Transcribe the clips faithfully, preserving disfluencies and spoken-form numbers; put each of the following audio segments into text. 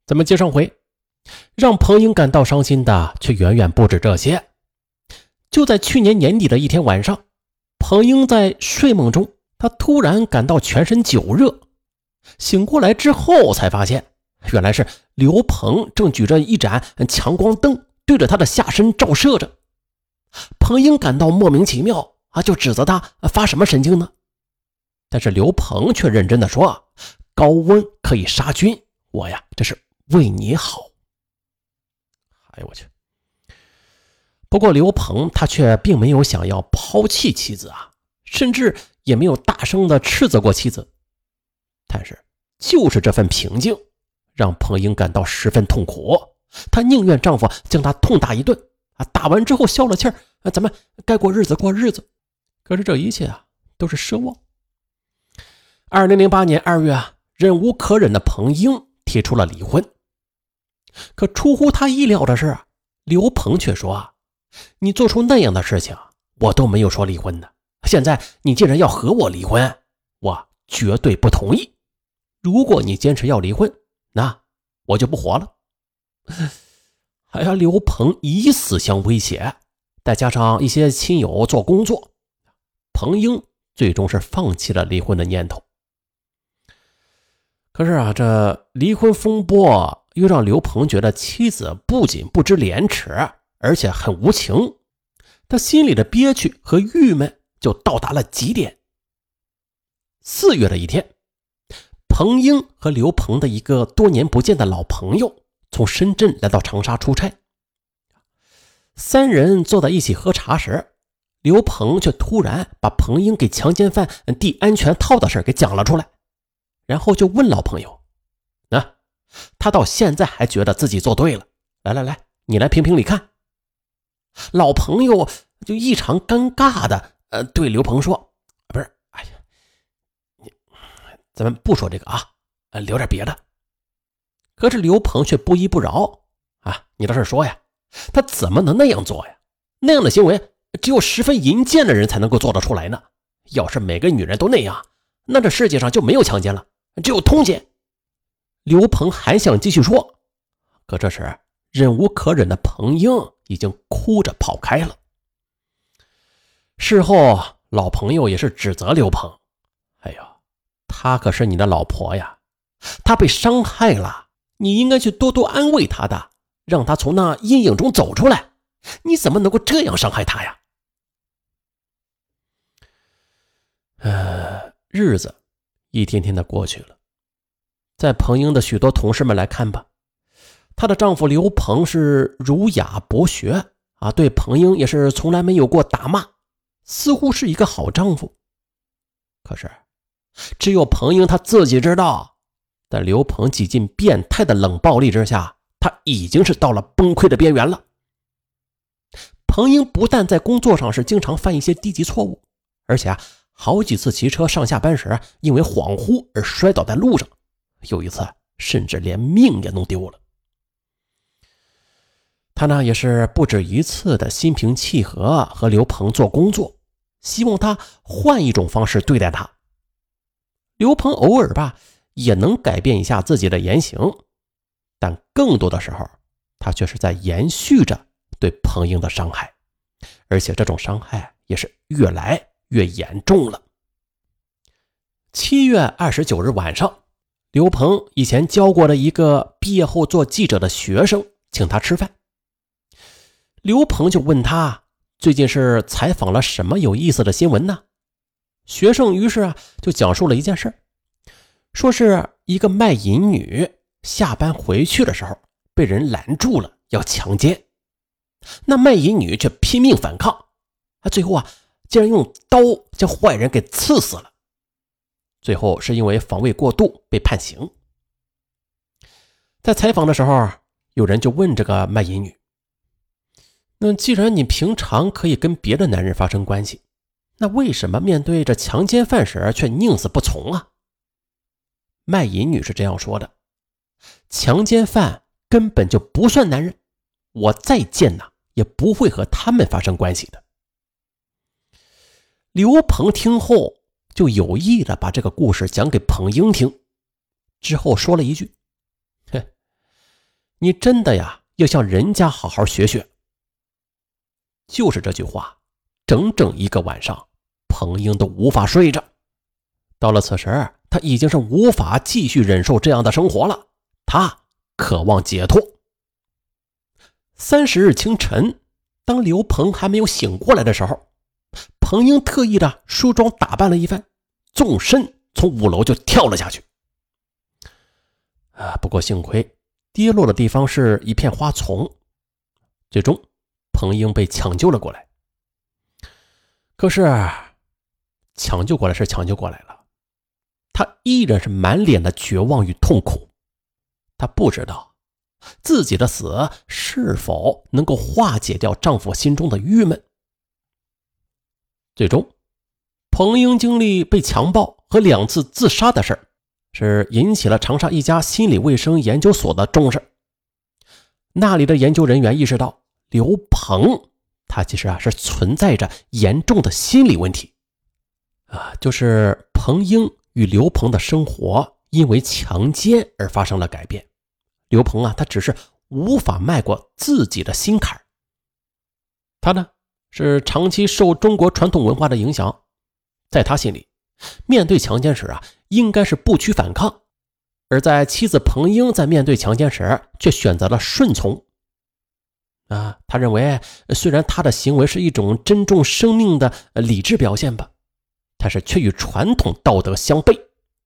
咱们接上回，让彭英感到伤心的却远远不止这些。就在去年年底的一天晚上，彭英在睡梦中，她突然感到全身酒热，醒过来之后才发现，原来是刘鹏正举着一盏强光灯对着她的下身照射着。彭英感到莫名其妙啊，就指责他发什么神经呢？但是刘鹏却认真的说，高温可以杀菌，我呀这是为你好。哎呦我去！不过刘鹏他却并没有想要抛弃妻子啊，甚至也没有大声的斥责过妻子。但是就是这份平静让彭英感到十分痛苦，她宁愿丈夫将她痛打一顿啊，打完之后消了气儿，咱们该过日子过日子。可是这一切啊都是奢望。二零零八年二月啊，忍无可忍的彭英提出了离婚。可出乎他意料的是，刘鹏却说啊，你做出那样的事情，我都没有说离婚的。现在你既然要和我离婚，我绝对不同意。如果你坚持要离婚，那我就不活了。还要刘鹏以死相威胁，再加上一些亲友做工作，彭英最终是放弃了离婚的念头。可是啊，这离婚风波又让刘鹏觉得妻子不仅不知廉耻，而且很无情，他心里的憋屈和郁闷就到达了极点。四月的一天，彭英和刘鹏的一个多年不见的老朋友从深圳来到长沙出差。三人坐在一起喝茶时，刘鹏却突然把彭英给强奸犯递安全套的事给讲了出来，然后就问老朋友，啊，他到现在还觉得自己做对了，来来来，你来评评理看。老朋友就异常尴尬的呃对刘鹏说，不是，哎呀，你咱们不说这个啊，呃聊点别的。可是刘鹏却不依不饶啊，你倒是说呀，他怎么能那样做呀？那样的行为只有十分淫贱的人才能够做得出来呢。要是每个女人都那样，那这世界上就没有强奸了，只有通奸。刘鹏还想继续说，可这时忍无可忍的彭英已经哭着跑开了。事后老朋友也是指责刘鹏，哎呦，她可是你的老婆呀，她被伤害了，你应该去多多安慰她的，让她从那阴影中走出来，你怎么能够这样伤害她呀？呃，日子一天天的过去了，在彭英的许多同事们来看吧，她的丈夫刘鹏是儒雅博学啊，对彭英也是从来没有过打骂，似乎是一个好丈夫。可是只有彭英她自己知道，在刘鹏几近变态的冷暴力之下，她已经是到了崩溃的边缘了。彭英不但在工作上是经常犯一些低级错误，而且啊好几次骑车上下班时因为恍惚而摔倒在路上，有一次甚至连命也弄丢了。他呢也是不止一次的心平气和和刘鹏做工作，希望他换一种方式对待他。刘鹏偶尔吧也能改变一下自己的言行，但更多的时候他却是在延续着对彭英的伤害，而且这种伤害也是越来越严重了。七月二十九日晚上，刘鹏以前教过的一个毕业后做记者的学生请他吃饭。刘鹏就问他最近是采访了什么有意思的新闻呢？学生于是啊就讲述了一件事，说是一个卖淫女下班回去的时候被人拦住了要强奸，那卖淫女却拼命反抗，最后啊竟然用刀将坏人给刺死了，最后是因为防卫过度被判刑。在采访的时候，有人就问这个卖淫女，那既然你平常可以跟别的男人发生关系，那为什么面对着强奸犯时却宁死不从啊？卖淫女是这样说的，强奸犯根本就不算男人，我再贱呐也不会和他们发生关系的。刘鹏听后就有意的把这个故事讲给彭英听，之后说了一句，哼， 你真的呀要向人家好好学学。就是这句话，整整一个晚上，彭英都无法睡着。到了此时，他已经是无法继续忍受这样的生活了，他渴望解脱。三十日清晨，当刘鹏还没有醒过来的时候，彭英特意的梳妆打扮了一番，纵身从五楼就跳了下去。啊，不过幸亏跌落的地方是一片花丛，最终彭英被抢救了过来。可是抢救过来是抢救过来了，她依然是满脸的绝望与痛苦。她不知道自己的死是否能够化解掉丈夫心中的郁闷。最终，彭英经历被强暴和两次自杀的事儿，是引起了长沙一家心理卫生研究所的重视。那里的研究人员意识到，刘鹏他其实啊是存在着严重的心理问题啊，就是彭英与刘鹏的生活因为强奸而发生了改变。刘鹏啊，他只是无法迈过自己的心坎。他呢是长期受中国传统文化的影响，在他心里，面对强奸时啊，应该是不屈反抗，而在妻子彭英在面对强奸时，却选择了顺从。啊，他认为虽然他的行为是一种珍重生命的理智表现吧，但是却与传统道德相悖。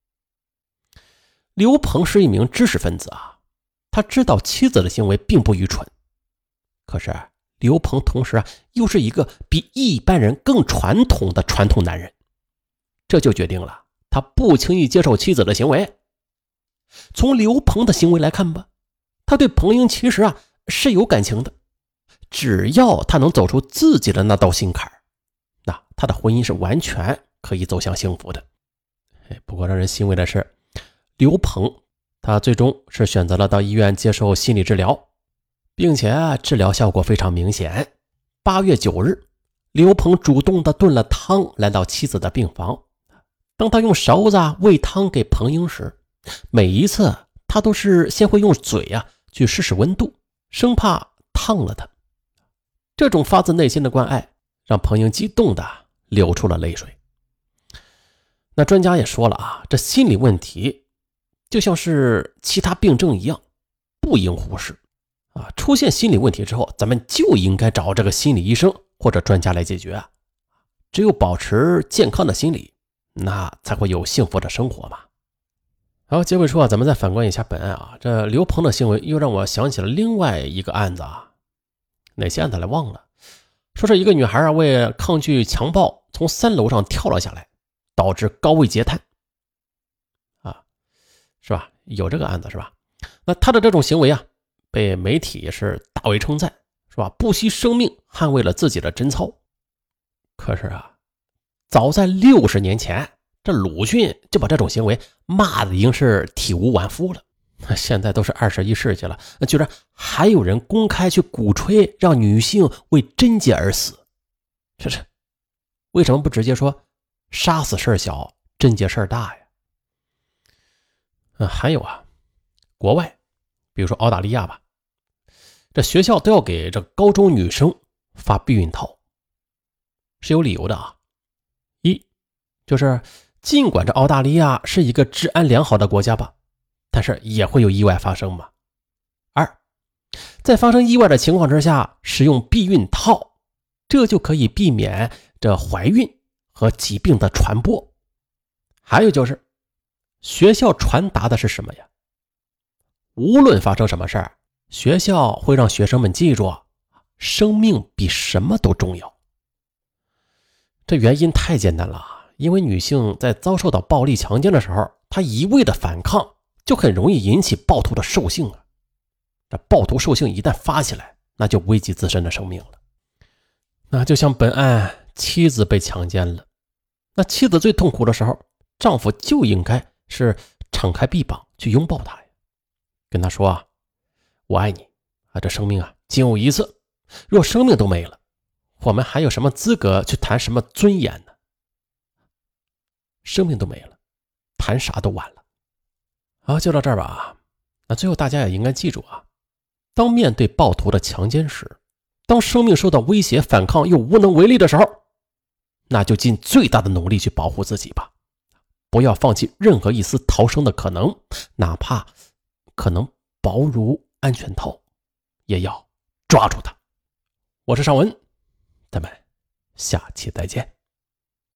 刘鹏是一名知识分子啊，他知道妻子的行为并不愚蠢，可是刘鹏同时啊，又是一个比一般人更传统的传统男人，这就决定了他不轻易接受妻子的行为。从刘鹏的行为来看吧，他对彭英其实啊是有感情的，只要他能走出自己的那道心坎，那他的婚姻是完全可以走向幸福的。不过让人欣慰的是，刘鹏他最终是选择了到医院接受心理治疗，并且治疗效果非常明显。八月九日，刘鹏主动的炖了汤来到妻子的病房。当他用勺子喂汤给彭英时，每一次他都是先会用嘴啊去试试温度，生怕烫了他。这种发自内心的关爱让彭英激动的流出了泪水。那专家也说了啊，这心理问题就像是其他病症一样，不应忽视啊。出现心理问题之后，咱们就应该找这个心理医生或者专家来解决。只有保持健康的心理，那才会有幸福的生活嘛。好，结尾说啊，咱们再反观一下本案啊，这刘鹏的行为又让我想起了另外一个案子啊，哪些案子来忘了？说是一个女孩啊，为抗拒强暴，从三楼上跳了下来，导致高位截瘫，啊，是吧？有这个案子是吧？那她的这种行为啊，被媒体也是大为称赞，是吧？不惜生命捍卫了自己的贞操。可是啊，早在六十年前，这鲁迅就把这种行为骂的已经是体无完肤了。现在都是二十一世纪了，居然还有人公开去鼓吹让女性为贞洁而死，这是为什么不直接说杀死事儿小，贞洁事儿大呀？嗯，还有啊，国外比如说澳大利亚吧，这学校都要给这高中女生发避孕套，是有理由的啊。一就是尽管这澳大利亚是一个治安良好的国家吧，但是也会有意外发生嘛。二，在发生意外的情况之下使用避孕套，这就可以避免这怀孕和疾病的传播。还有就是学校传达的是什么呀？无论发生什么事儿，学校会让学生们记住，生命比什么都重要。这原因太简单了，因为女性在遭受到暴力强奸的时候，她一味的反抗，就很容易引起暴徒的兽性啊。这暴徒兽性一旦发起来，那就危及自身的生命了。那就像本案，妻子被强奸了，那妻子最痛苦的时候，丈夫就应该是敞开臂膀去拥抱她呀，跟她说啊，我爱你啊，这生命啊仅有一次，若生命都没了，我们还有什么资格去谈什么尊严呢？生命都没了，谈啥都晚了。好，就到这儿吧。那最后大家也应该记住啊， 当面对暴徒的强奸时，当生命受到威胁，反抗又无能为力的时候，那就尽最大的努力去保护自己吧，不要放弃任何一丝逃生的可能，哪怕可能薄如安全套，也要抓住它。我是尚文，咱们下期再见。